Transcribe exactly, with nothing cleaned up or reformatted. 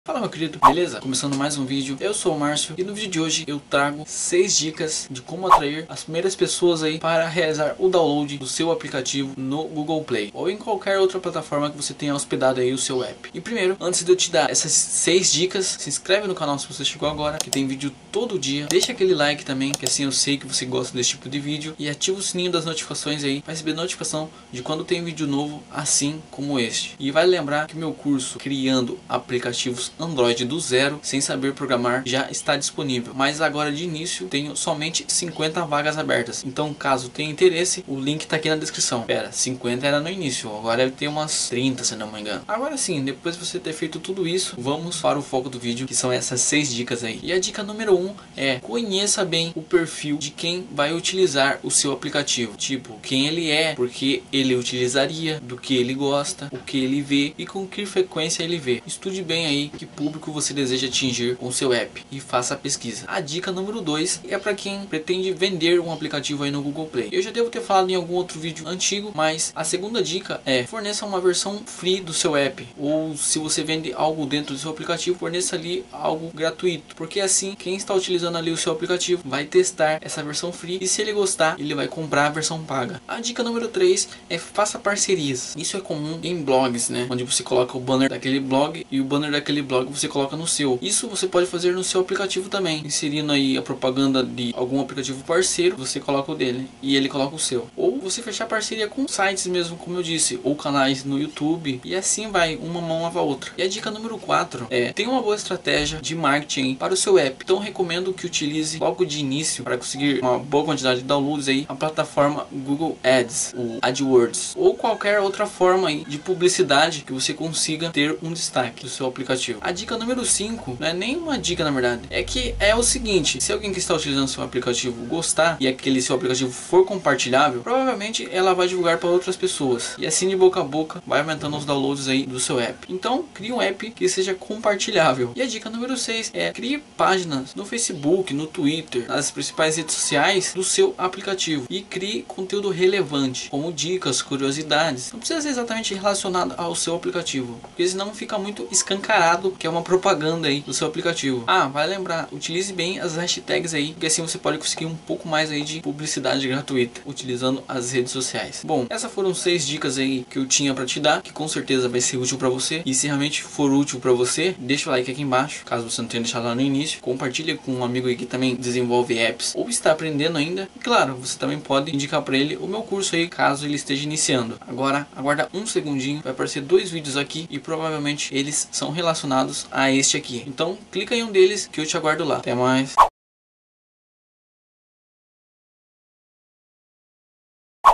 Fala meu querido, beleza? Começando mais um vídeo, eu sou o Márcio e no vídeo de hoje eu trago seis dicas de como atrair as primeiras pessoas aí para realizar o download do seu aplicativo no Google Play ou em qualquer outra plataforma que você tenha hospedado aí o seu app. E primeiro, antes de eu te dar essas seis dicas, se inscreve no canal se você chegou agora, que tem vídeo todo dia. Deixa aquele like também, que assim eu sei que você gosta desse tipo de vídeo, e ativa o sininho das notificações aí para receber notificação de quando tem vídeo novo assim como este. E vai lembrar que meu curso Criando Aplicativos Android do zero sem saber programar já está disponível, mas agora de início tenho somente cinquenta vagas abertas, então caso tenha interesse o link está aqui na descrição. Pera, cinquenta era no início, agora deve ter umas trinta se não me engano. Agora sim, depois de você ter feito tudo isso, vamos para o foco do vídeo, que são essas seis dicas aí. E a dica número um é: conheça bem o perfil de quem vai utilizar o seu aplicativo, tipo quem ele é, porque ele utilizaria, do que ele gosta, o que ele vê e com que frequência ele vê. Estude bem aí que público você deseja atingir com seu app e faça a pesquisa. A dica número dois é para quem pretende vender um aplicativo aí no Google Play. Eu já devo ter falado em algum outro vídeo antigo, mas a segunda dica é: forneça uma versão free do seu app, ou se você vende algo dentro do seu aplicativo, forneça ali algo gratuito, porque assim quem está utilizando ali o seu aplicativo vai testar essa versão free e se ele gostar, ele vai comprar a versão paga. A dica número três é: faça parcerias. Isso é comum em blogs, né, onde você coloca o banner daquele blog e o banner daquele blog você coloca no seu. Isso você pode fazer no seu aplicativo também, inserindo aí a propaganda de algum aplicativo parceiro, você coloca o dele e ele coloca o seu. Ou você fechar parceria com sites mesmo, como eu disse, ou canais no YouTube, e assim vai, uma mão lava a outra. E a dica número quatro é: tenha uma boa estratégia de marketing para o seu app. Então recomendo que utilize logo de início, para conseguir uma boa quantidade de downloads aí, a plataforma Google Ads, o AdWords, ou qualquer outra forma aí de publicidade que você consiga ter um destaque do seu aplicativo. A dica número cinco não é nem uma dica, na verdade, é que é o seguinte: se alguém que está utilizando seu aplicativo gostar e aquele seu aplicativo for compartilhável, provavelmente ela vai divulgar para outras pessoas, e assim de boca a boca vai aumentando os downloads aí do seu app. Então crie um app que seja compartilhável. E a dica número seis é: crie páginas no Facebook, no Twitter, nas principais redes sociais do seu aplicativo, e crie conteúdo relevante, como dicas, curiosidades. Não precisa ser exatamente relacionado ao seu aplicativo, porque senão fica muito escancarado que é uma propaganda aí do seu aplicativo. Ah, vai lembrar, utilize bem as hashtags aí, porque assim você pode conseguir um pouco mais aí de publicidade gratuita utilizando as redes sociais. Bom, essas foram seis dicas aí que eu tinha para te dar, que com certeza vai ser útil para você. E se realmente for útil para você, deixa o like aqui embaixo, caso você não tenha deixado lá no início. Compartilha com um amigo aí que também desenvolve apps ou está aprendendo ainda. E claro, você também pode indicar para ele o meu curso aí, caso ele esteja iniciando. Agora, aguarda um segundinho, vai aparecer dois vídeos aqui e provavelmente eles são relacionados a este aqui. Então clica em um deles que eu te aguardo lá. Até mais.